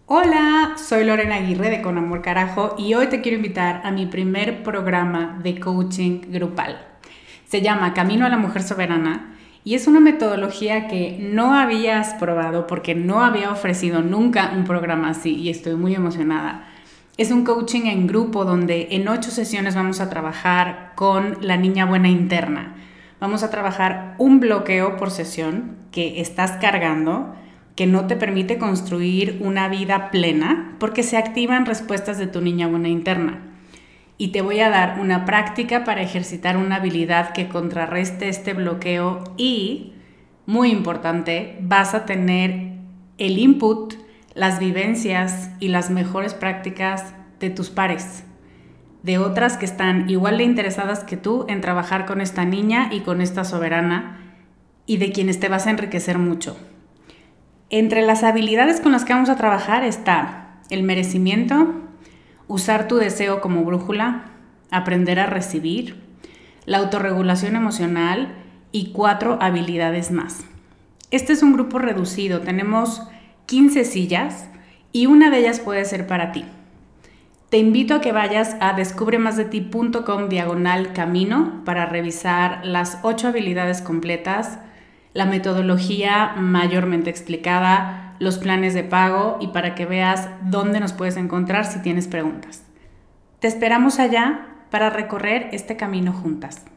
Hola, soy Lorena Aguirre de Con Amor Carajo y hoy te quiero invitar a mi primer programa de coaching grupal. Se llama Camino a la Mujer Soberana y es una metodología que no habías probado porque no había ofrecido nunca un programa así y estoy muy emocionada. Es un coaching en grupo donde en 8 sesiones vamos a trabajar con la niña buena interna. Vamos a trabajar un bloqueo por sesión que estás cargando, que no te permite construir una vida plena porque se activan respuestas de tu niña buena interna. Y te voy a dar una práctica para ejercitar una habilidad que contrarreste este bloqueo y, muy importante, vas a tener el input, las vivencias y las mejores prácticas de tus pares, de otras que están igual de interesadas que tú en trabajar con esta niña y con esta soberana y de quienes te vas a enriquecer mucho. Entre las habilidades con las que vamos a trabajar está el merecimiento, usar tu deseo como brújula, aprender a recibir, la autorregulación emocional y 4 habilidades más. Este es un grupo reducido, tenemos 15 sillas y una de ellas puede ser para ti. Te invito a que vayas a descubremasdeti.com/camino para revisar las 8 habilidades completas, la metodología mayormente explicada, los planes de pago y para que veas dónde nos puedes encontrar si tienes preguntas. Te esperamos allá para recorrer este camino juntas.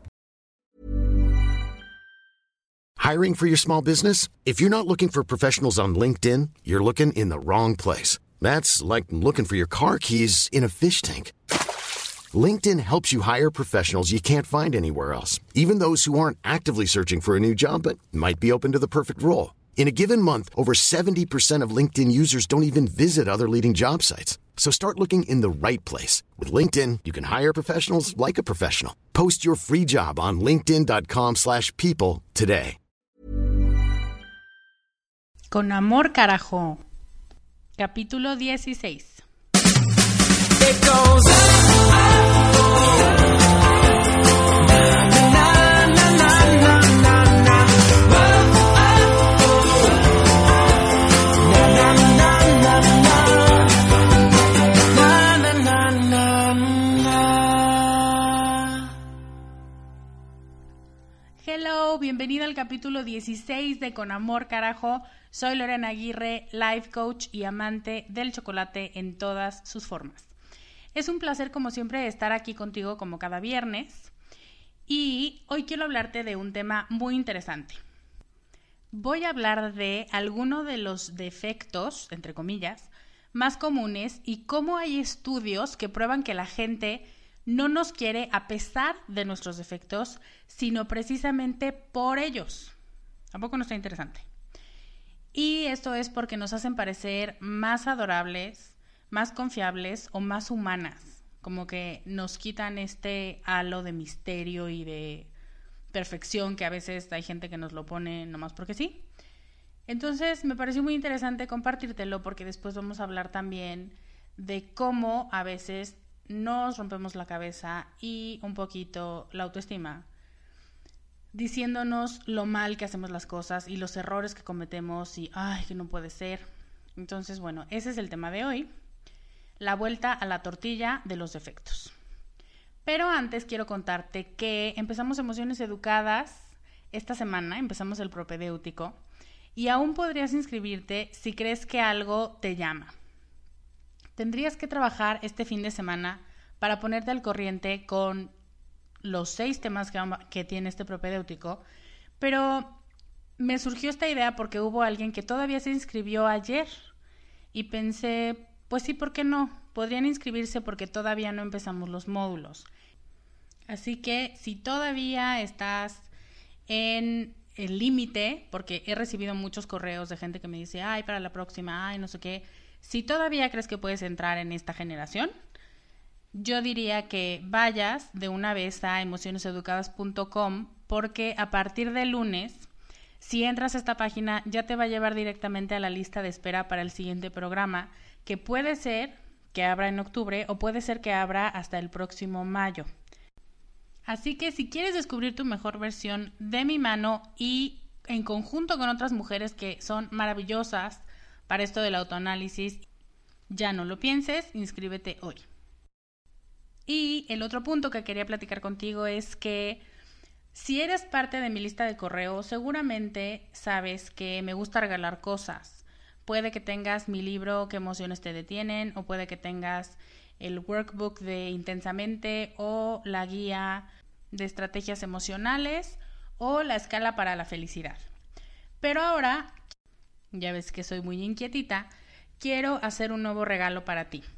Hiring for your small business? If you're not looking for professionals on LinkedIn, you're looking in the wrong place. That's like looking for your car keys in a fish tank. LinkedIn helps you hire professionals you can't find anywhere else, even those who aren't actively searching for a new job but might be open to the perfect role. In a given month, over 70% of LinkedIn users don't even visit other leading job sites. So start looking in the right place. With LinkedIn, you can hire professionals like a professional. Post your free job on linkedin.com/people today. Con Amor Carajo, capítulo 16. It goes Hello, bienvenido al capítulo 16 de Con Amor Carajo. Soy Lorena Aguirre, life coach y amante del chocolate en todas sus formas. Es un placer, como siempre, estar aquí contigo como cada viernes. Y hoy quiero hablarte de un tema muy interesante. Voy a hablar de alguno de los defectos, entre comillas, más comunes y cómo hay estudios que prueban que la gente no nos quiere a pesar de nuestros defectos, sino precisamente por ellos. ¿Tampoco no está interesante? Y esto es porque nos hacen parecer más adorables, más confiables o más humanas. Como que nos quitan este halo de misterio y de perfección que a veces hay gente que nos lo pone nomás porque sí. Entonces me pareció muy interesante compartírtelo porque después vamos a hablar también de cómo a veces nos rompemos la cabeza y un poquito la autoestima, diciéndonos lo mal que hacemos las cosas y los errores que cometemos y ¡ay, que no puede ser! Entonces, bueno, ese es el tema de hoy, la vuelta a la tortilla de los defectos. Pero antes quiero contarte que empezamos Emociones Educadas esta semana, empezamos el propedéutico y aún podrías inscribirte si crees que algo te llama. Tendrías que trabajar este fin de semana para ponerte al corriente con los 6 temas que tiene este propedéutico, pero me surgió esta idea porque hubo alguien que todavía se inscribió ayer y pensé, pues sí, ¿por qué no? Podrían inscribirse porque todavía no empezamos los módulos. Así que si todavía estás en el límite, porque he recibido muchos correos de gente que me dice, ay, para la próxima, ay, no sé qué. Si todavía crees que puedes entrar en esta generación, yo diría que vayas de una vez a emocioneseducadas.com porque a partir de lunes, si entras a esta página, ya te va a llevar directamente a la lista de espera para el siguiente programa, que puede ser que abra en octubre o puede ser que abra hasta el próximo mayo. Así que si quieres descubrir tu mejor versión de mi mano y en conjunto con otras mujeres que son maravillosas para esto del autoanálisis Ya no lo pienses, inscríbete hoy. Y el otro punto que quería platicar contigo es que si eres parte de mi lista de correo, seguramente sabes que me gusta regalar cosas. Puede que tengas mi libro ¿Qué emociones te detienen? O puede que tengas el workbook de Intensamente o la guía de estrategias emocionales o la escala para la felicidad. Pero ahora, ya ves que soy muy inquietita, quiero hacer un nuevo regalo para ti.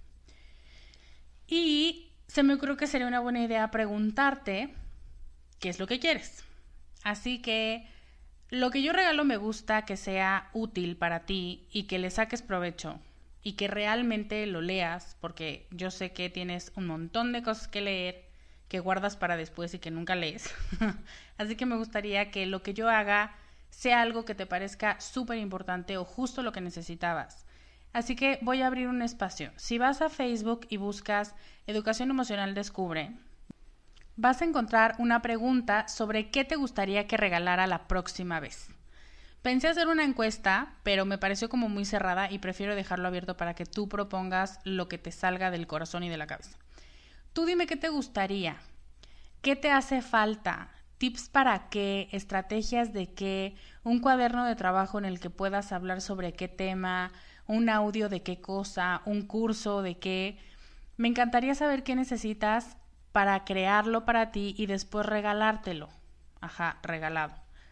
Y se me ocurrió que sería una buena idea preguntarte qué es lo que quieres. Así que lo que yo regalo me gusta que sea útil para ti y que le saques provecho y que realmente lo leas, porque yo sé que tienes un montón de cosas que leer que guardas para después y que nunca lees. Así que me gustaría que lo que yo haga sea algo que te parezca súper importante o justo lo que necesitabas. Así que voy a abrir un espacio. Si vas a Facebook y buscas Educación Emocional Descubre, vas a encontrar una pregunta sobre qué te gustaría que regalara la próxima vez. Pensé hacer una encuesta, pero me pareció como muy cerrada y prefiero dejarlo abierto para que tú propongas lo que te salga del corazón y de la cabeza. Tú dime qué te gustaría, qué te hace falta, tips para qué, estrategias de qué, un cuaderno de trabajo en el que puedas hablar sobre qué tema, un audio de qué cosa, un curso de qué. Me encantaría saber qué necesitas para crearlo para ti y después regalártelo. Regalado.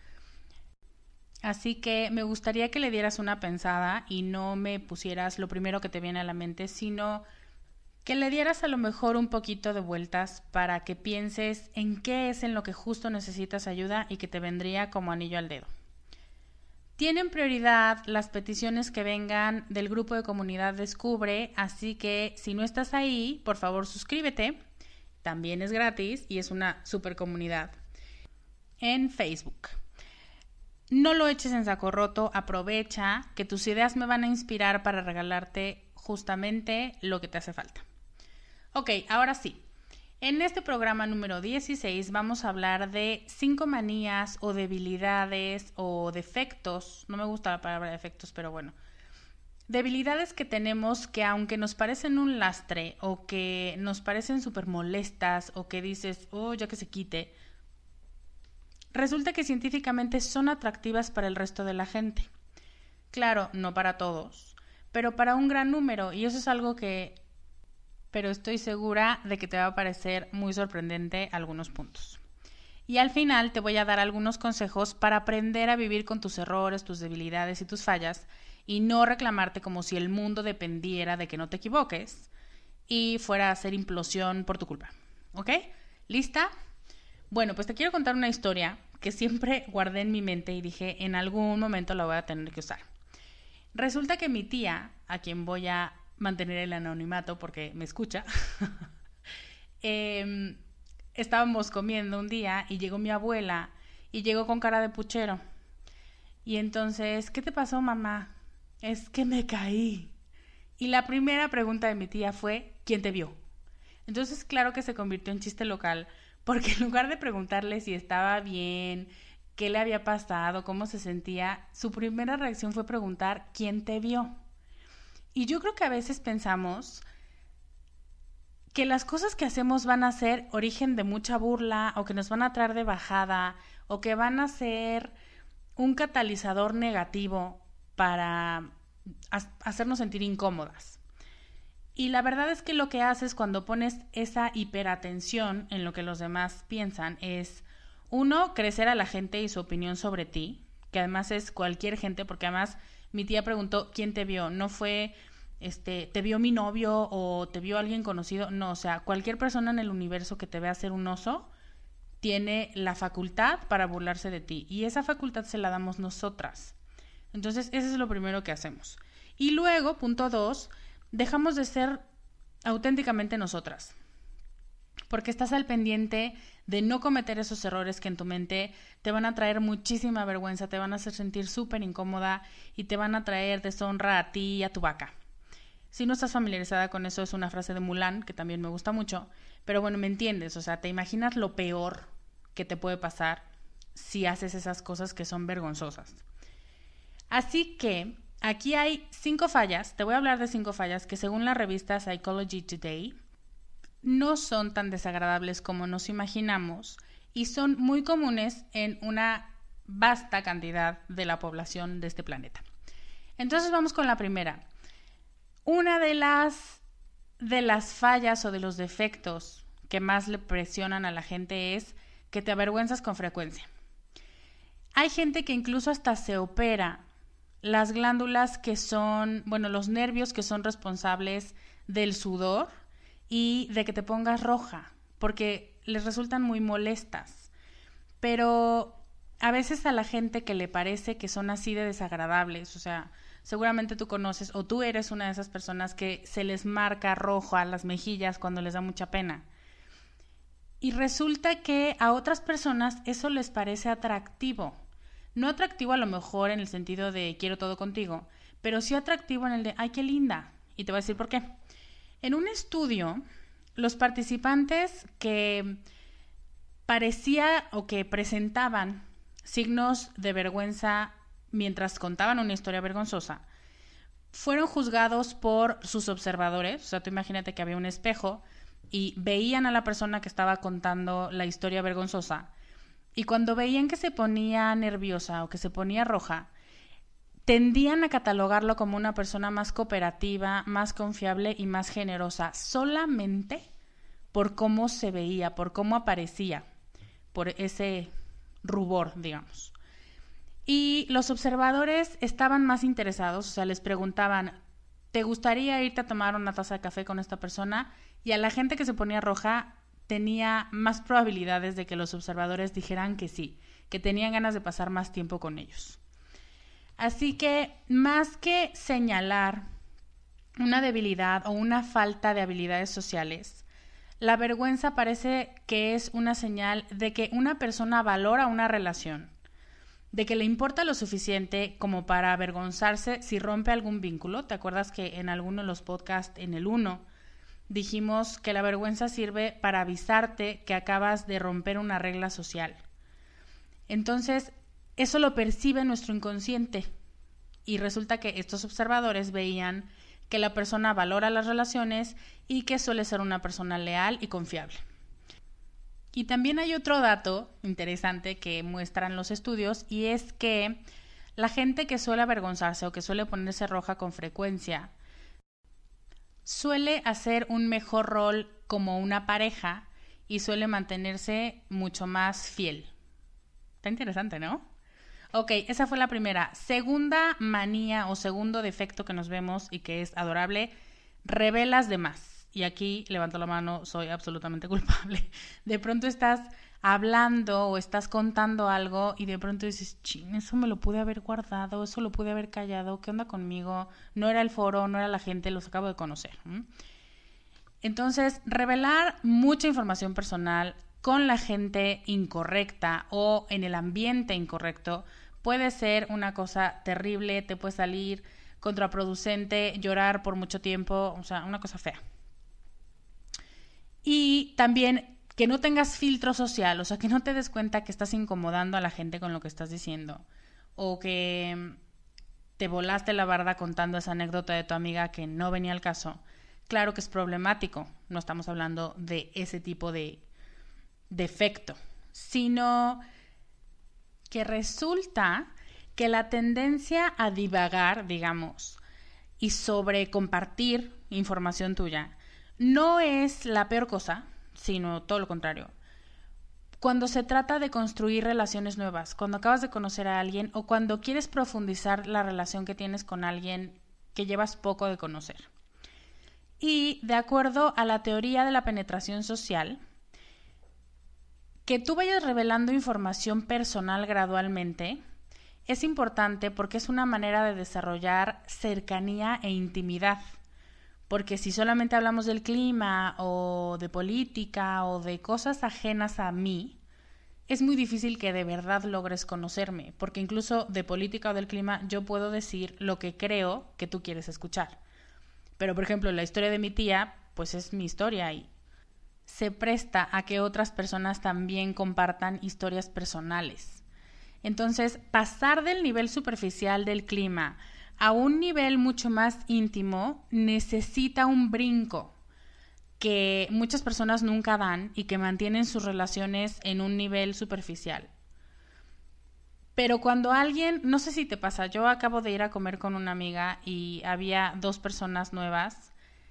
Así que me gustaría que le dieras una pensada y no me pusieras lo primero que te viene a la mente, sino que le dieras a lo mejor un poquito de vueltas para que pienses en qué es en lo que justo necesitas ayuda y que te vendría como anillo al dedo. Tienen prioridad las peticiones que vengan del grupo de comunidad Descubre, así que si no estás ahí, por favor suscríbete. También es gratis y es una super comunidad en Facebook. No lo eches en saco roto, aprovecha que tus ideas me van a inspirar para regalarte justamente lo que te hace falta. Ok, ahora sí. En este programa número 16 vamos a hablar de 5 manías o debilidades o defectos. No me gusta la palabra defectos, pero bueno. Debilidades que tenemos que aunque nos parecen un lastre o que nos parecen súper molestas o que dices, oh, ya que se quite, resulta que científicamente son atractivas para el resto de la gente. Claro, no para todos, pero para un gran número y eso es algo pero estoy segura de que te va a parecer muy sorprendente algunos puntos. Y al final te voy a dar algunos consejos para aprender a vivir con tus errores, tus debilidades y tus fallas y no reclamarte como si el mundo dependiera de que no te equivoques y fuera a hacer implosión por tu culpa. ¿Ok? ¿Lista? Bueno, pues te quiero contar una historia que siempre guardé en mi mente y dije en algún momento la voy a tener que usar. Resulta que mi tía, a quien voy a mantener el anonimato porque me escucha, estábamos comiendo un día y llegó mi abuela y llegó con cara de puchero. Y entonces, ¿qué te pasó, mamá? Es que me caí. Y la primera pregunta de mi tía fue, ¿quién te vio? Entonces, claro que se convirtió en chiste local, porque en lugar de preguntarle si estaba bien, qué le había pasado, cómo se sentía, su primera reacción fue preguntar, ¿quién te vio? Y yo creo que a veces pensamos que las cosas que hacemos van a ser origen de mucha burla o que nos van a traer de bajada o que van a ser un catalizador negativo para hacernos sentir incómodas. Y la verdad es que lo que haces cuando pones esa hiperatención en lo que los demás piensan es, uno, crecer a la gente y su opinión sobre ti, que además es cualquier gente, porque además mi tía preguntó, ¿quién te vio? No fue, ¿te vio mi novio o te vio alguien conocido? No, o sea, cualquier persona en el universo que te vea ser un oso tiene la facultad para burlarse de ti. Y esa facultad se la damos nosotras. Entonces, eso es lo primero que hacemos. Y luego, punto 2, dejamos de ser auténticamente nosotras. Porque estás al pendiente de no cometer esos errores que en tu mente te van a traer muchísima vergüenza, te van a hacer sentir súper incómoda y te van a traer deshonra a ti y a tu vaca. Si no estás familiarizada con eso, es una frase de Mulan, que también me gusta mucho, pero bueno, me entiendes, o sea, te imaginas lo peor que te puede pasar si haces esas cosas que son vergonzosas. Así que Aquí hay 5 fallas, te voy a hablar de 5 fallas que según la revista Psychology Today no son tan desagradables como nos imaginamos y son muy comunes en una vasta cantidad de la población de este planeta. Entonces vamos con la primera. Una de las fallas o de los defectos que más le presionan a la gente es que te avergüenzas con frecuencia. Hay gente que incluso hasta se opera las glándulas que son, los nervios que son responsables del sudor y de que te pongas roja, porque les resultan muy molestas. Pero a veces a la gente que le parece que son así de desagradables, o sea, seguramente tú conoces o tú eres una de esas personas que se les marca rojo a las mejillas cuando les da mucha pena. Y resulta que a otras personas eso les parece atractivo. No atractivo a lo mejor en el sentido de quiero todo contigo, pero sí atractivo en el de ay, qué linda. Y te voy a decir por qué. En un estudio, los participantes que parecía o que presentaban signos de vergüenza mientras contaban una historia vergonzosa, fueron juzgados por sus observadores. O sea, tú imagínate que había un espejo y veían a la persona que estaba contando la historia vergonzosa y cuando veían que se ponía nerviosa o que se ponía roja, tendían a catalogarlo como una persona más cooperativa, más confiable y más generosa, solamente por cómo se veía, por cómo aparecía, por ese rubor, digamos. Y los observadores estaban más interesados, o sea, les preguntaban, ¿te gustaría irte a tomar una taza de café con esta persona? Y a la gente que se ponía roja tenía más probabilidades de que los observadores dijeran que sí, que tenían ganas de pasar más tiempo con ellos. Así que más que señalar una debilidad o una falta de habilidades sociales, la vergüenza parece que es una señal de que una persona valora una relación, de que le importa lo suficiente como para avergonzarse si rompe algún vínculo. ¿Te acuerdas que en alguno de los podcasts, en el 1, dijimos que la vergüenza sirve para avisarte que acabas de romper una regla social? Entonces, eso lo percibe nuestro inconsciente y resulta que estos observadores veían que la persona valora las relaciones y que suele ser una persona leal y confiable. Y también hay otro dato interesante que muestran los estudios y es que la gente que suele avergonzarse o que suele ponerse roja con frecuencia suele hacer un mejor rol como una pareja y suele mantenerse mucho más fiel. Está interesante, ¿no? Ok, esa fue la primera. Segunda manía o segundo defecto que nos vemos y que es adorable, revelas de más. Y aquí levanto la mano, soy absolutamente culpable. De pronto estás hablando o estás contando algo y de pronto dices, chin, eso me lo pude haber guardado, eso lo pude haber callado, ¿qué onda conmigo? No era el foro, no era la gente, los acabo de conocer. Entonces, revelar mucha información personal con la gente incorrecta o en el ambiente incorrecto puede ser una cosa terrible, te puede salir contraproducente, llorar por mucho tiempo, o sea, una cosa fea. Y también que no tengas filtro social, o sea, que no te des cuenta que estás incomodando a la gente con lo que estás diciendo o que te volaste la barda contando esa anécdota de tu amiga que no venía al caso. Claro que es problemático, no estamos hablando de ese tipo de defecto, sino que resulta que la tendencia a divagar, digamos, y sobre compartir información tuya no es la peor cosa, sino todo lo contrario. Cuando se trata de construir relaciones nuevas, cuando acabas de conocer a alguien o cuando quieres profundizar la relación que tienes con alguien que llevas poco de conocer. Y de acuerdo a la teoría de la penetración social, que tú vayas revelando información personal gradualmente es importante porque es una manera de desarrollar cercanía e intimidad. Porque si solamente hablamos del clima o de política o de cosas ajenas a mí, es muy difícil que de verdad logres conocerme, porque incluso de política o del clima yo puedo decir lo que creo que tú quieres escuchar. Pero, por ejemplo, la historia de mi tía, pues es mi historia y se presta a que otras personas también compartan historias personales. Entonces, pasar del nivel superficial del clima a un nivel mucho más íntimo necesita un brinco que muchas personas nunca dan y que mantienen sus relaciones en un nivel superficial. Pero cuando alguien, no sé si te pasa, yo acabo de ir a comer con una amiga y había 2 personas nuevas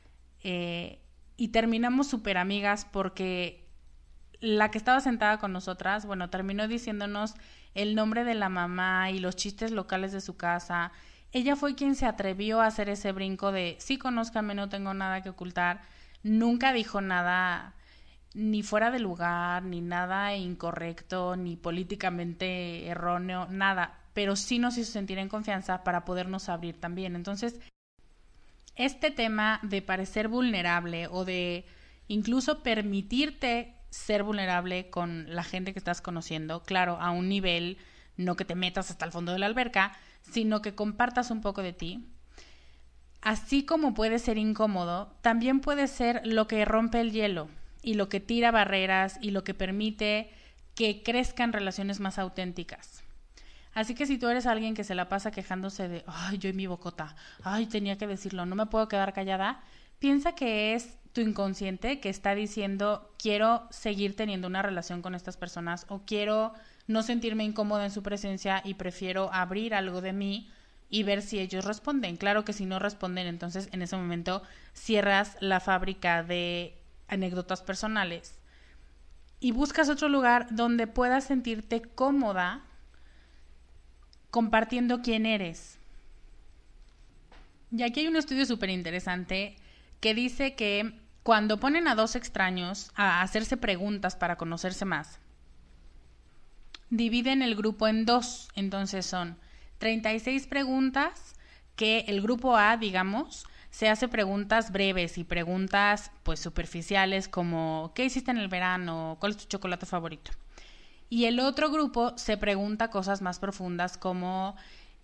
y terminamos súper amigas porque la que estaba sentada con nosotras, bueno, terminó diciéndonos el nombre de la mamá y los chistes locales de su casa. Ella fue quien se atrevió a hacer ese brinco de sí, conózcame, no tengo nada que ocultar. Nunca dijo nada ni fuera de lugar, ni nada incorrecto, ni políticamente erróneo, nada, pero sí nos hizo sentir en confianza para podernos abrir también. Entonces, este tema de parecer vulnerable o de incluso permitirte ser vulnerable con la gente que estás conociendo, claro, a un nivel, no que te metas hasta el fondo de la alberca, sino que compartas un poco de ti. Así como puede ser incómodo, también puede ser lo que rompe el hielo y lo que tira barreras y lo que permite que crezcan relaciones más auténticas. Así que si tú eres alguien que se la pasa quejándose de ay, yo y mi bocota, ay, tenía que decirlo, no me puedo quedar callada, piensa que es tu inconsciente que está diciendo quiero seguir teniendo una relación con estas personas o quiero no sentirme incómoda en su presencia y prefiero abrir algo de mí y ver si ellos responden. Claro que si no responden, entonces en ese momento cierras la fábrica de anécdotas personales y buscas otro lugar donde puedas sentirte cómoda compartiendo quién eres. Y aquí hay un estudio súper interesante que dice que cuando ponen a 2 extraños a hacerse preguntas para conocerse más, dividen el grupo en 2, entonces son 36 preguntas que el grupo A, digamos, se hace preguntas breves y preguntas pues superficiales como ¿qué hiciste en el verano? ¿Cuál es tu chocolate favorito? Y el otro grupo se pregunta cosas más profundas como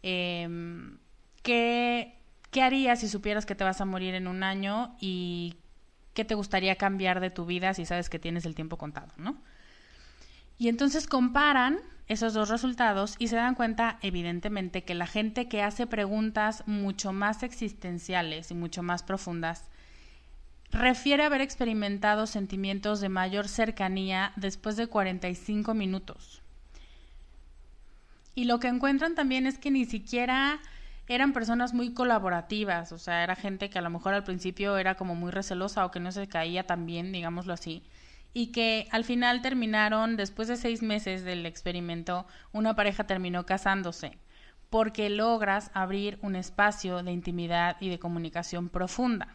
¿qué harías si supieras que te vas a morir en un año y qué te gustaría cambiar de tu vida si sabes que tienes el tiempo contado, ¿no? Y entonces comparan esos 2 resultados y se dan cuenta, evidentemente, que la gente que hace preguntas mucho más existenciales y mucho más profundas refiere haber experimentado sentimientos de mayor cercanía después de 45 minutos. Y lo que encuentran también es que ni siquiera eran personas muy colaborativas, o sea, era gente que a lo mejor al principio era como muy recelosa o que no se caía tan bien, digámoslo así, y que al final terminaron, después de 6 meses del experimento, una pareja terminó casándose, porque logras abrir un espacio de intimidad y de comunicación profunda.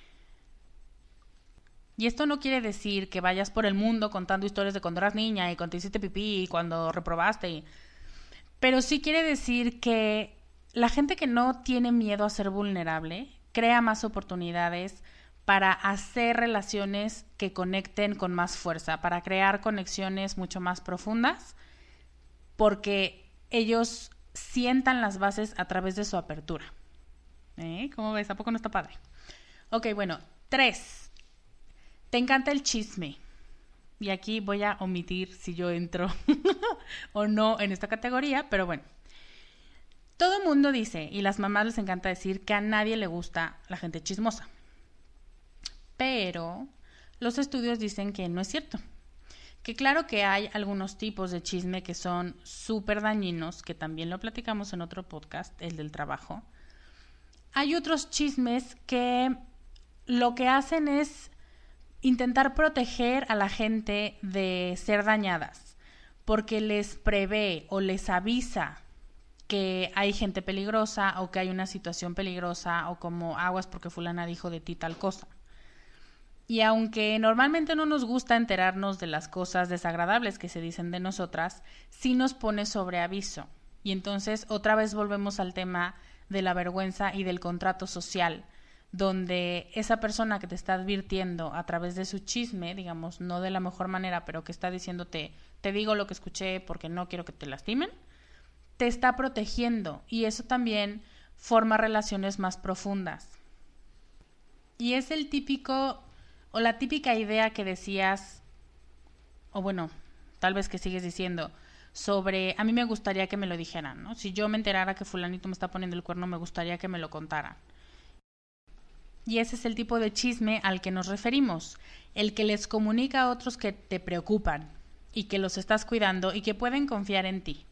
Y esto no quiere decir que vayas por el mundo contando historias de cuando eras niña y cuando te hiciste pipí y cuando reprobaste, pero sí quiere decir que la gente que no tiene miedo a ser vulnerable crea más oportunidades para hacer relaciones que conecten con más fuerza, para crear conexiones mucho más profundas, porque ellos sientan las bases a través de su apertura. ¿Cómo ves? ¿A poco no está padre? Ok, bueno, 3. Te encanta el chisme. Y aquí voy a omitir si yo entro o no en esta categoría, pero bueno. Todo el mundo dice, y las mamás les encanta decir, que a nadie le gusta la gente chismosa. Pero los estudios dicen que no es cierto. Que claro que hay algunos tipos de chisme que son súper dañinos, que también lo platicamos en otro podcast, el del trabajo. Hay otros chismes que lo que hacen es intentar proteger a la gente de ser dañadas, porque les prevé o les avisa que hay gente peligrosa o que hay una situación peligrosa o como aguas porque fulana dijo de ti tal cosa. Y aunque normalmente no nos gusta enterarnos de las cosas desagradables que se dicen de nosotras, sí nos pone sobre aviso. Y entonces otra vez volvemos al tema de la vergüenza y del contrato social, donde esa persona que te está advirtiendo a través de su chisme, digamos, no de la mejor manera, pero que está diciéndote, te digo lo que escuché porque no quiero que te lastimen, te está protegiendo y eso también forma relaciones más profundas. Y es el típico o la típica idea que decías, o bueno, tal vez que sigues diciendo, sobre, a mí me gustaría que me lo dijeran, ¿no? Si yo me enterara que fulanito me está poniendo el cuerno, me gustaría que me lo contaran. Y ese es el tipo de chisme al que nos referimos, el que les comunica a otros que te preocupan y que los estás cuidando y que pueden confiar en ti.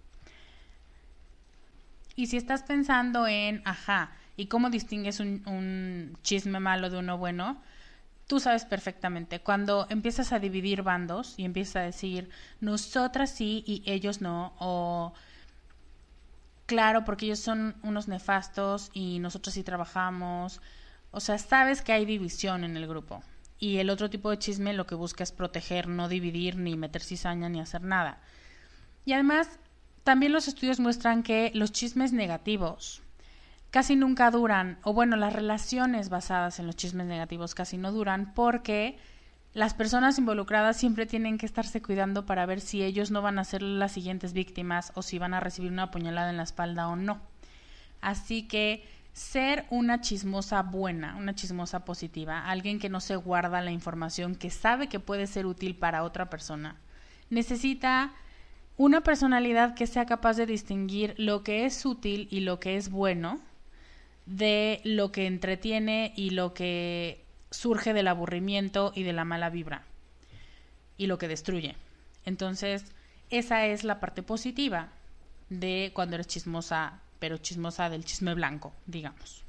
Y si estás pensando en, ¿y cómo distingues un chisme malo de uno bueno? Tú sabes perfectamente, cuando empiezas a dividir bandos y empiezas a decir, nosotras sí y ellos no, o claro, porque ellos son unos nefastos y nosotros sí trabajamos. O sea, sabes que hay división en el grupo. Y el otro tipo de chisme lo que busca es proteger, no dividir, ni meter cizaña, ni hacer nada. Y además, también los estudios muestran que los chismes negativos casi nunca duran, o bueno, las relaciones basadas en los chismes negativos casi no duran porque las personas involucradas siempre tienen que estarse cuidando para ver si ellos no van a ser las siguientes víctimas o si van a recibir una puñalada en la espalda o no. Así que ser una chismosa buena, una chismosa positiva, alguien que no se guarda la información, que sabe que puede ser útil para otra persona, necesita una personalidad que sea capaz de distinguir lo que es útil y lo que es bueno de lo que entretiene y lo que surge del aburrimiento y de la mala vibra y lo que destruye. Entonces, esa es la parte positiva de cuando eres chismosa, pero chismosa del chisme blanco, digamos.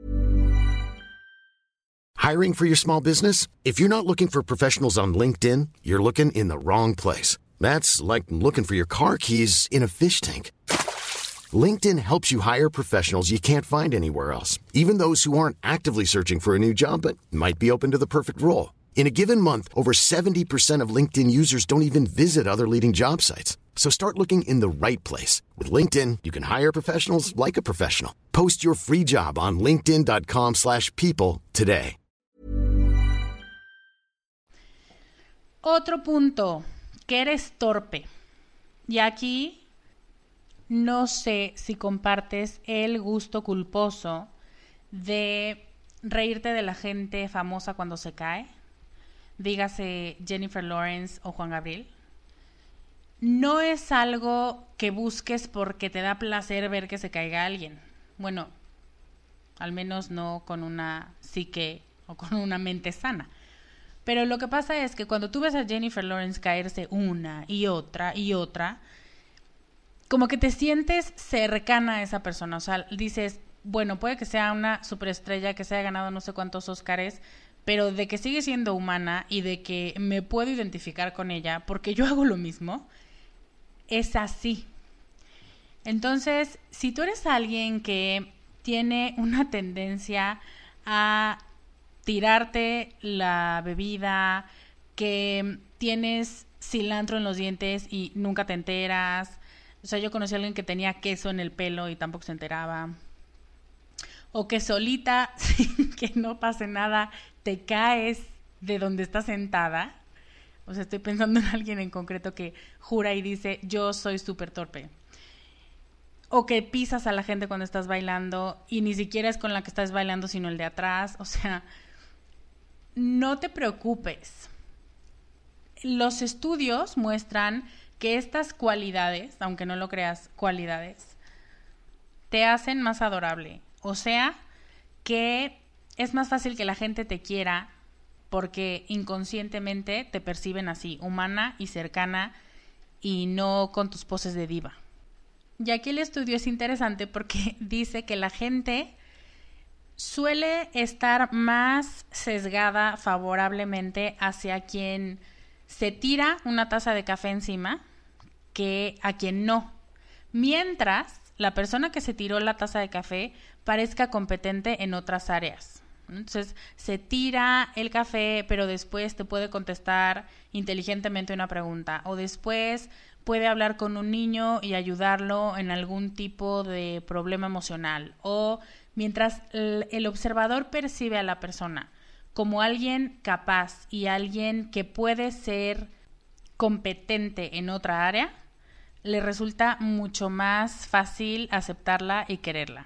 Hiring for your small business? If you're not looking for professionals on LinkedIn, you're looking in the wrong place. That's like looking for your car keys in a fish tank. LinkedIn helps you hire professionals you can't find anywhere else, even those who aren't actively searching for a new job but might be open to the perfect role. In a given month, over 70% of LinkedIn users don't even visit other leading job sites. So start looking in the right place. With LinkedIn, you can hire professionals like a professional. Post your free job on linkedin.com/people today. Otro punto, que eres torpe. Y aquí no sé si compartes el gusto culposo de reírte de la gente famosa cuando se cae. Dígase Jennifer Lawrence o Juan Gabriel. No es algo que busques porque te da placer ver que se caiga alguien. Bueno, al menos no con una psique o con una mente sana. Pero lo que pasa es que cuando tú ves a Jennifer Lawrence caerse una y otra, como que te sientes cercana a esa persona. O sea, dices, bueno, puede que sea una superestrella que se haya ganado no sé cuántos Óscares, pero de que sigue siendo humana y de que me puedo identificar con ella porque yo hago lo mismo, es así. Entonces, si tú eres alguien que tiene una tendencia a tirarte la bebida, que tienes cilantro en los dientes y nunca te enteras. O sea, yo conocí a alguien que tenía queso en el pelo y tampoco se enteraba. O que solita, sin que no pase nada, te caes de donde estás sentada. O sea, estoy pensando en alguien en concreto que jura y dice, yo soy súper torpe. O que pisas a la gente cuando estás bailando y ni siquiera es con la que estás bailando, sino el de atrás. O sea, no te preocupes. Los estudios muestran que estas cualidades, aunque no lo creas, cualidades, te hacen más adorable. O sea, que es más fácil que la gente te quiera porque inconscientemente te perciben así, humana y cercana y no con tus poses de diva. Y aquí el estudio es interesante porque dice que la gente suele estar más sesgada favorablemente hacia quien se tira una taza de café encima que a quien no. Mientras la persona que se tiró la taza de café parezca competente en otras áreas. Entonces, se tira el café, pero después te puede contestar inteligentemente una pregunta. O después puede hablar con un niño y ayudarlo en algún tipo de problema emocional. O mientras el observador percibe a la persona como alguien capaz y alguien que puede ser competente en otra área, le resulta mucho más fácil aceptarla y quererla.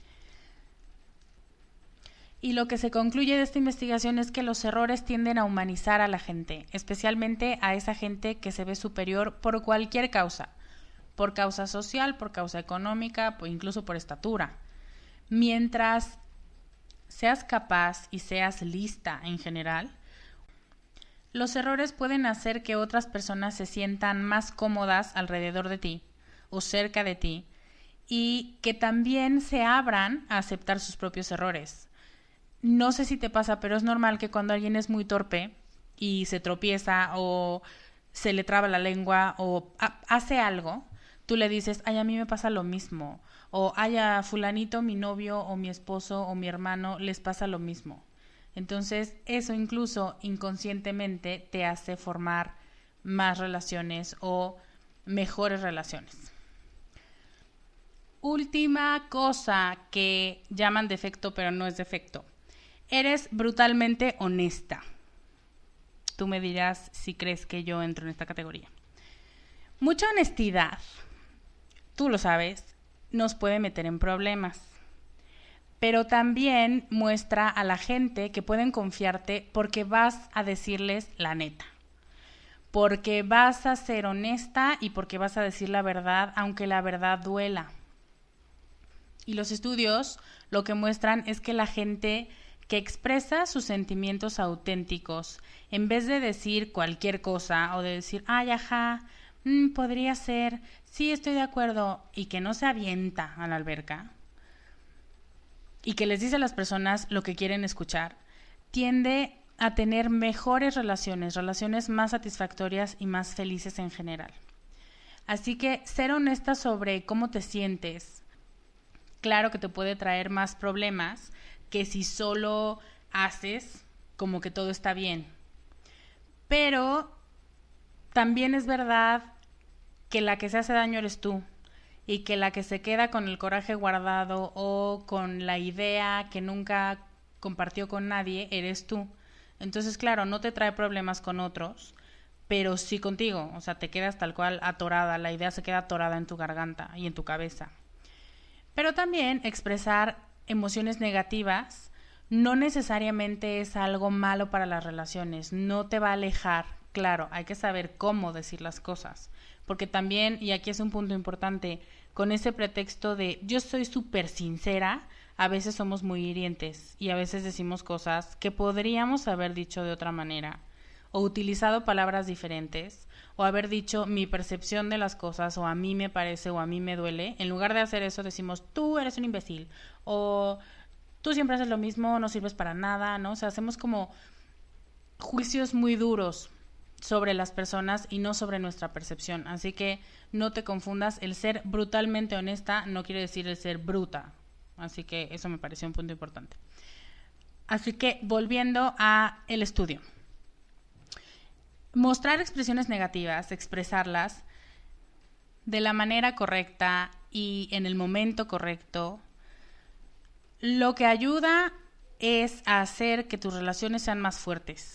Y lo que se concluye de esta investigación es que los errores tienden a humanizar a la gente, especialmente a esa gente que se ve superior por cualquier causa. por causa social, por causa económica, incluso por estatura. Mientras seas capaz y seas lista en general, los errores pueden hacer que otras personas se sientan más cómodas alrededor de ti o cerca de ti y que también se abran a aceptar sus propios errores. No sé si te pasa, pero es normal que cuando alguien es muy torpe y se tropieza o se le traba la lengua o hace algo, tú le dices, ay, a mí me pasa lo mismo. O ay, a fulanito, mi novio o mi esposo o mi hermano les pasa lo mismo. Entonces, eso incluso inconscientemente te hace formar más relaciones o mejores relaciones. Última cosa que llaman defecto, pero no es defecto. Eres brutalmente honesta. Tú me dirás si crees que yo entro en esta categoría. Mucha honestidad, tú lo sabes, nos puede meter en problemas. Pero también muestra a la gente que pueden confiarte porque vas a decirles la neta. Porque vas a ser honesta y porque vas a decir la verdad, aunque la verdad duela. Y los estudios lo que muestran es que la gente que expresa sus sentimientos auténticos, en vez de decir cualquier cosa o de decir, ay, ajá, podría ser, sí, estoy de acuerdo, y que no se avienta a la alberca, y que les dice a las personas lo que quieren escuchar, tiende a tener mejores relaciones más satisfactorias y más felices en general. Así que ser honesta sobre cómo te sientes, claro que te puede traer más problemas que si solo haces como que todo está bien. Pero también es verdad que la que se hace daño eres tú y que la que se queda con el coraje guardado o con la idea que nunca compartió con nadie eres tú. Entonces, claro, no te trae problemas con otros, pero sí contigo. O sea, te quedas tal cual atorada, la idea se queda atorada en tu garganta y en tu cabeza. Pero también expresar emociones negativas no necesariamente es algo malo para las relaciones, no te va a alejar. Claro, hay que saber cómo decir las cosas, porque también, y aquí es un punto importante, con ese pretexto de yo soy súper sincera, a veces somos muy hirientes y a veces decimos cosas que podríamos haber dicho de otra manera, o utilizado palabras diferentes, o haber dicho mi percepción de las cosas, o a mí me parece, o a mí me duele. En lugar de hacer eso decimos tú eres un imbécil, o tú siempre haces lo mismo, no sirves para nada, ¿no? O sea, hacemos como juicios muy duros sobre las personas y no sobre nuestra percepción. Así que no te confundas, el ser brutalmente honesta no quiere decir el ser bruta. Así que eso me pareció un punto importante. Así que volviendo a el estudio. Mostrar expresiones negativas, expresarlas de la manera correcta y en el momento correcto, lo que ayuda es a hacer que tus relaciones sean más fuertes.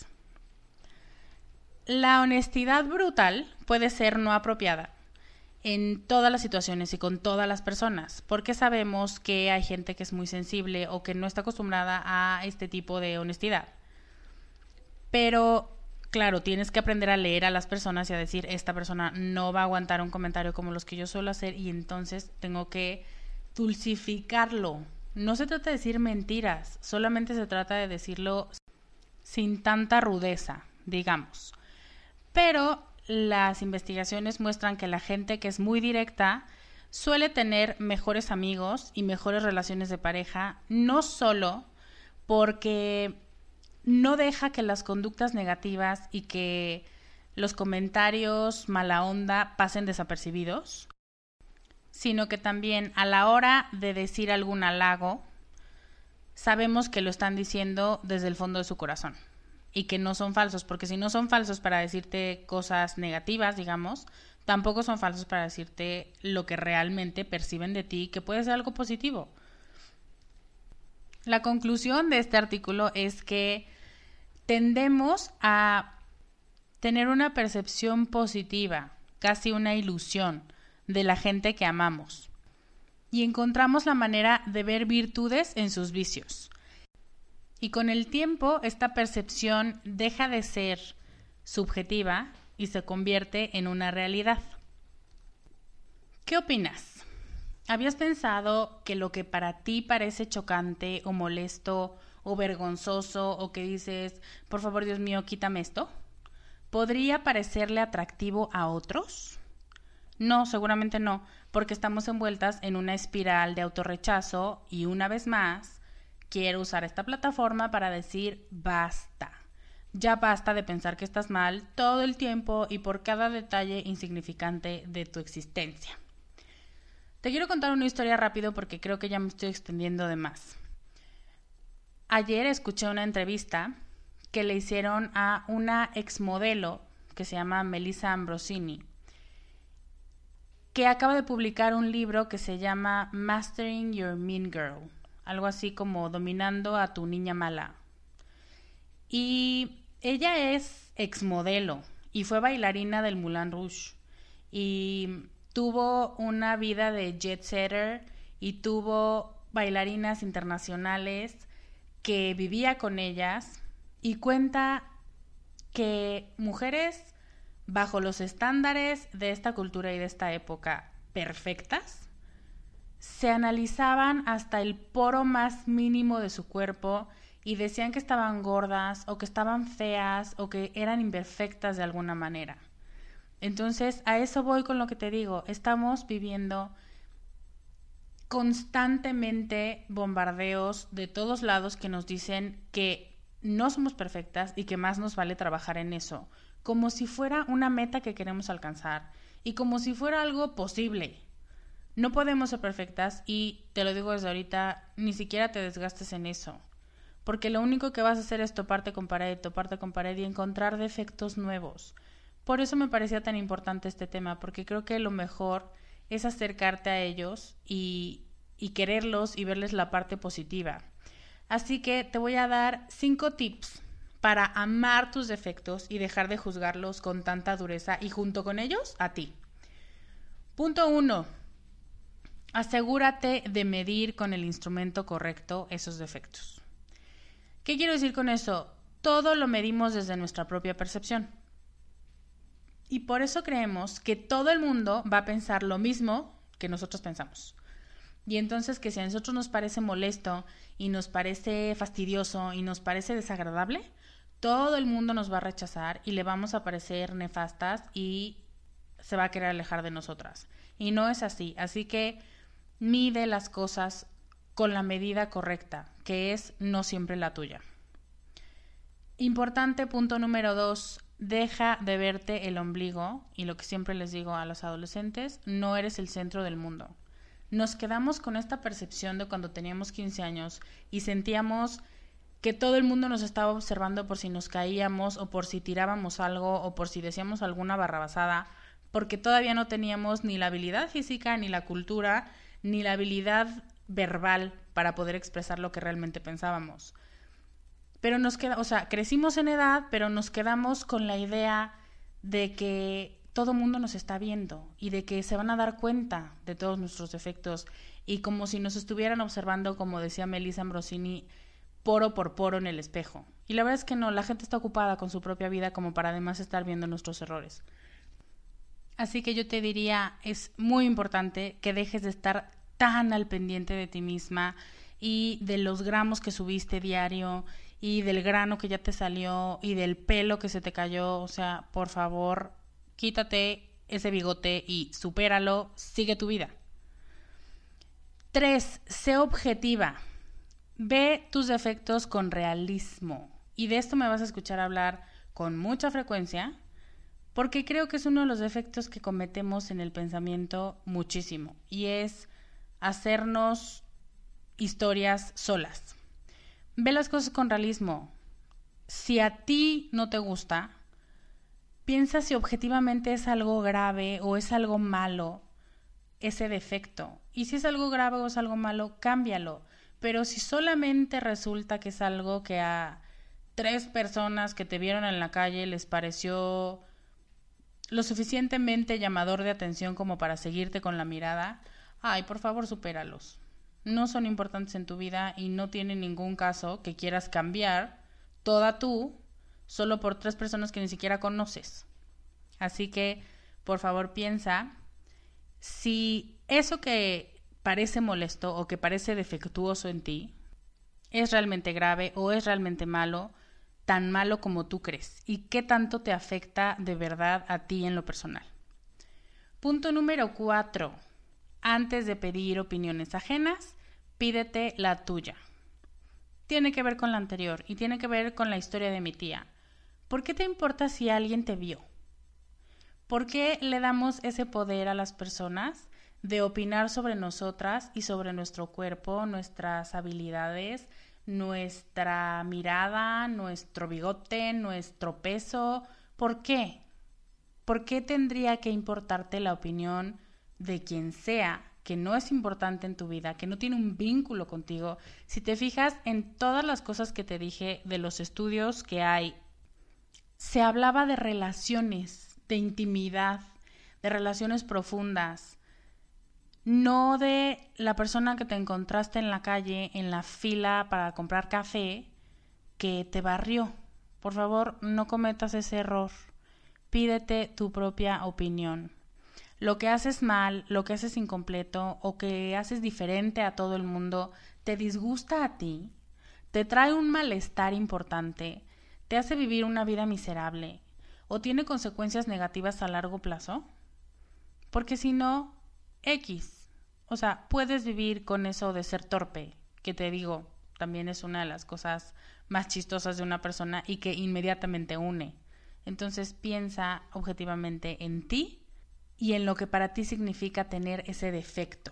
La honestidad brutal puede ser no apropiada en todas las situaciones y con todas las personas, porque sabemos que hay gente que es muy sensible o que no está acostumbrada a este tipo de honestidad. Pero, claro, tienes que aprender a leer a las personas y a decir, esta persona no va a aguantar un comentario como los que yo suelo hacer y entonces tengo que dulcificarlo. No se trata de decir mentiras, solamente se trata de decirlo sin tanta rudeza, digamos. Pero las investigaciones muestran que la gente que es muy directa suele tener mejores amigos y mejores relaciones de pareja, no solo porque no deja que las conductas negativas y que los comentarios mala onda pasen desapercibidos, sino que también a la hora de decir algún halago, sabemos que lo están diciendo desde el fondo de su corazón y que no son falsos, porque si no son falsos para decirte cosas negativas, digamos, tampoco son falsos para decirte lo que realmente perciben de ti, que puede ser algo positivo. La conclusión de este artículo es que tendemos a tener una percepción positiva, casi una ilusión, de la gente que amamos. Y encontramos la manera de ver virtudes en sus vicios. Y con el tiempo, esta percepción deja de ser subjetiva y se convierte en una realidad. ¿Qué opinas? ¿Habías pensado que lo que para ti parece chocante o molesto o vergonzoso o que dices, por favor, Dios mío, quítame esto, podría parecerle atractivo a otros? No, seguramente no, porque estamos envueltas en una espiral de autorrechazo y una vez más quiero usar esta plataforma para decir basta. Ya basta de pensar que estás mal todo el tiempo y por cada detalle insignificante de tu existencia. Te quiero contar una historia rápido porque creo que ya me estoy extendiendo de más. Ayer escuché una entrevista que le hicieron a una exmodelo que se llama Melissa Ambrosini, que acaba de publicar un libro que se llama Mastering Your Mean Girl, algo así como Dominando a tu niña mala. Y ella es exmodelo y fue bailarina del Moulin Rouge y tuvo una vida de jet setter y tuvo bailarinas internacionales que vivía con ellas y cuenta que mujeres bajo los estándares de esta cultura y de esta época perfectas se analizaban hasta el poro más mínimo de su cuerpo y decían que estaban gordas o que estaban feas o que eran imperfectas de alguna manera. Entonces, a eso voy con lo que te digo. Estamos viviendo constantemente bombardeos de todos lados que nos dicen que no somos perfectas y que más nos vale trabajar en eso, como si fuera una meta que queremos alcanzar y como si fuera algo posible. No podemos ser perfectas y te lo digo desde ahorita, ni siquiera te desgastes en eso, porque lo único que vas a hacer es toparte con pared y encontrar defectos nuevos. Por eso me parecía tan importante este tema, porque creo que lo mejor es acercarte a ellos y quererlos y verles la parte positiva. Así que te voy a dar 5 tips para amar tus defectos y dejar de juzgarlos con tanta dureza y junto con ellos a ti. Punto 1. Asegúrate de medir con el instrumento correcto esos defectos. ¿Qué quiero decir con eso? Todo lo medimos desde nuestra propia percepción. Y por eso creemos que todo el mundo va a pensar lo mismo que nosotros pensamos. Y entonces que si a nosotros nos parece molesto y nos parece fastidioso y nos parece desagradable, todo el mundo nos va a rechazar y le vamos a parecer nefastas y se va a querer alejar de nosotras. Y no es así. Así que mide las cosas con la medida correcta, que es no siempre la tuya. Importante punto número 2. Deja de verte el ombligo, y lo que siempre les digo a los adolescentes, no eres el centro del mundo. Nos quedamos con esta percepción de cuando teníamos 15 años y sentíamos que todo el mundo nos estaba observando por si nos caíamos o por si tirábamos algo o por si decíamos alguna barrabasada, porque todavía no teníamos ni la habilidad física, ni la cultura, ni la habilidad verbal para poder expresar lo que realmente pensábamos. Pero crecimos en edad, pero nos quedamos con la idea de que todo el mundo nos está viendo y de que se van a dar cuenta de todos nuestros defectos y como si nos estuvieran observando, como decía Melissa Ambrosini, poro por poro en el espejo. Y la verdad es que no, la gente está ocupada con su propia vida como para además estar viendo nuestros errores. Así que yo te diría, es muy importante que dejes de estar tan al pendiente de ti misma y de los gramos que subiste diario y del grano que ya te salió y del pelo que se te cayó. O sea, por favor, quítate ese bigote y supéralo, sigue tu vida. 3. Sé objetiva. Ve tus defectos con realismo. Y de esto me vas a escuchar hablar con mucha frecuencia, porque creo que es uno de los defectos que cometemos en el pensamiento muchísimo, y es hacernos historias solas. Ve las cosas con realismo. Si a ti no te gusta, piensa si objetivamente es algo grave o es algo malo ese defecto. Y si es algo grave o es algo malo, cámbialo. Pero si solamente resulta que es algo que a 3 personas que te vieron en la calle les pareció lo suficientemente llamador de atención como para seguirte con la mirada, ay, por favor, supéralos. No son importantes en tu vida y no tiene ningún caso que quieras cambiar toda tú solo por 3 personas que ni siquiera conoces. Así que, por favor, piensa si eso que parece molesto o que parece defectuoso en ti es realmente grave o es realmente malo, tan malo como tú crees, y qué tanto te afecta de verdad a ti en lo personal. Punto número 4. Antes de pedir opiniones ajenas, pídete la tuya. Tiene que ver con la anterior y tiene que ver con la historia de mi tía. ¿Por qué te importa si alguien te vio? ¿Por qué le damos ese poder a las personas de opinar sobre nosotras y sobre nuestro cuerpo, nuestras habilidades, nuestra mirada, nuestro bigote, nuestro peso? ¿Por qué? ¿Por qué tendría que importarte la opinión de quien sea que no es importante en tu vida, que no tiene un vínculo contigo? Si te fijas en todas las cosas que te dije de los estudios que hay, se hablaba de relaciones, de intimidad, de relaciones profundas, no de la persona que te encontraste en la calle, en la fila para comprar café, que te barrió. Por favor, no cometas ese error. Pídete tu propia opinión. Lo que haces mal, lo que haces incompleto o que haces diferente a todo el mundo, te disgusta a ti, te trae un malestar importante, te hace vivir una vida miserable o tiene consecuencias negativas a largo plazo. Porque si no, X. O sea, puedes vivir con eso de ser torpe, que te digo, también es una de las cosas más chistosas de una persona y que inmediatamente une. Entonces piensa objetivamente en ti y en lo que para ti significa tener ese defecto.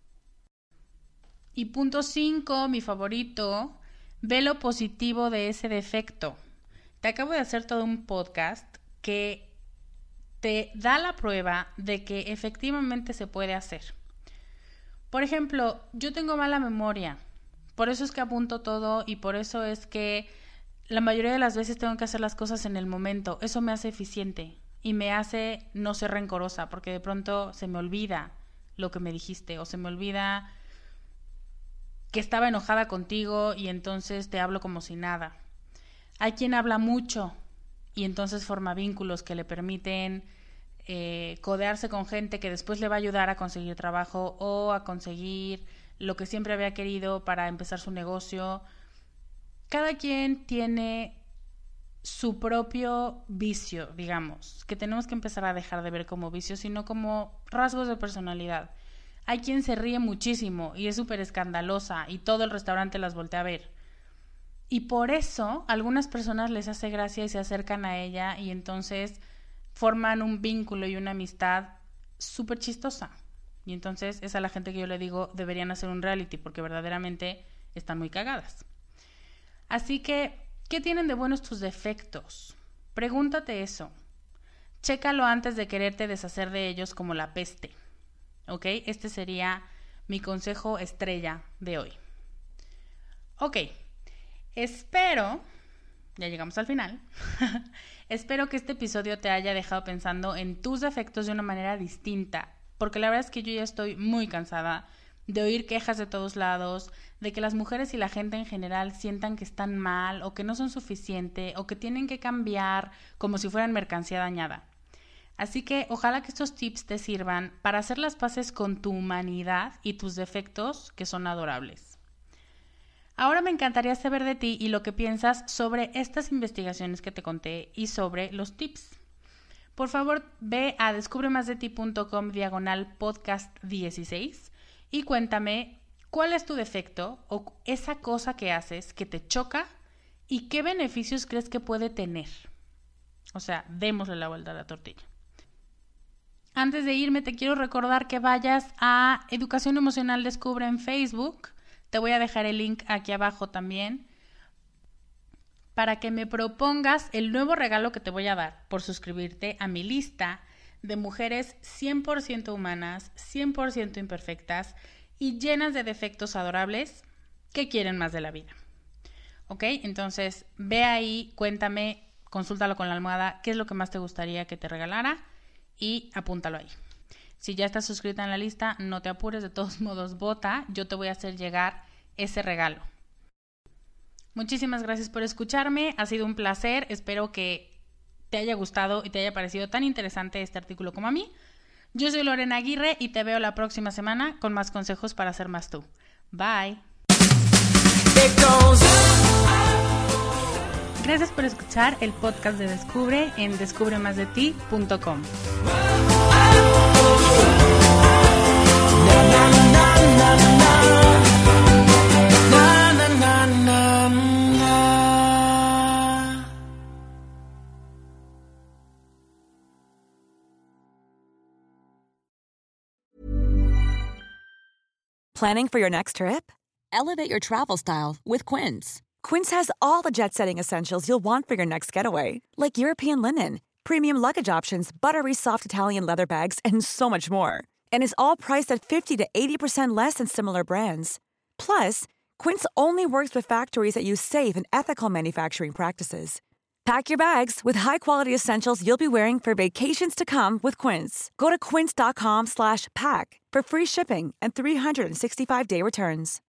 Y punto 5, mi favorito, ve lo positivo de ese defecto. Te acabo de hacer todo un podcast que te da la prueba de que efectivamente se puede hacer. Por ejemplo, yo tengo mala memoria, por eso es que apunto todo y por eso es que la mayoría de las veces tengo que hacer las cosas en el momento. Eso me hace eficiente y me hace no ser rencorosa, porque de pronto se me olvida lo que me dijiste o se me olvida que estaba enojada contigo y entonces te hablo como si nada. Hay quien habla mucho y entonces forma vínculos que le permiten codearse con gente que después le va a ayudar a conseguir trabajo o a conseguir lo que siempre había querido para empezar su negocio. Cada quien tiene su propio vicio, digamos, que tenemos que empezar a dejar de ver como vicios, sino como rasgos de personalidad. Hay quien se ríe muchísimo y es súper escandalosa y todo el restaurante las voltea a ver. Y por eso a algunas personas les hace gracia y se acercan a ella y entonces forman un vínculo y una amistad súper chistosa. Y entonces es a la gente que yo le digo, deberían hacer un reality porque verdaderamente están muy cagadas. Así que, ¿qué tienen de buenos tus defectos? Pregúntate eso. Chécalo antes de quererte deshacer de ellos como la peste. ¿Ok? Este sería mi consejo estrella de hoy. Ok. Espero, ya llegamos al final, espero que este episodio te haya dejado pensando en tus defectos de una manera distinta, porque la verdad es que yo ya estoy muy cansada de oír quejas de todos lados, de que las mujeres y la gente en general sientan que están mal o que no son suficiente o que tienen que cambiar como si fueran mercancía dañada. Así que ojalá que estos tips te sirvan para hacer las paces con tu humanidad y tus defectos que son adorables. Ahora me encantaría saber de ti y lo que piensas sobre estas investigaciones que te conté y sobre los tips. Por favor, ve a descubremasdeti.com/podcast16 y cuéntame cuál es tu defecto o esa cosa que haces que te choca y qué beneficios crees que puede tener. O sea, démosle la vuelta a la tortilla. Antes de irme, te quiero recordar que vayas a Educación Emocional Descubre en Facebook. Te voy a dejar el link aquí abajo también para que me propongas el nuevo regalo que te voy a dar por suscribirte a mi lista de mujeres 100% humanas, 100% imperfectas y llenas de defectos adorables que quieren más de la vida. ¿Ok? Entonces, ve ahí, cuéntame, consúltalo con la almohada, qué es lo que más te gustaría que te regalara y apúntalo ahí. Si ya estás suscrita en la lista, no te apures, de todos modos vota, yo te voy a hacer llegar ese regalo. Muchísimas gracias por escucharme, ha sido un placer, espero que te haya gustado y te haya parecido tan interesante este artículo como a mí. Yo soy Lorena Aguirre y te veo la próxima semana con más consejos para ser más tú. Bye. Gracias por escuchar el podcast de Descubre en descubremasdeti.com. Planning for your next trip? Elevate your travel style with Quince. Quince has all the jet-setting essentials you'll want for your next getaway, like European linen, premium luggage options, buttery soft Italian leather bags, and so much more. And is all priced at 50 to 80% less than similar brands. Plus, Quince only works with factories that use safe and ethical manufacturing practices. Pack your bags with high-quality essentials you'll be wearing for vacations to come with Quince. Go to quince.com/pack for free shipping and 365-day returns.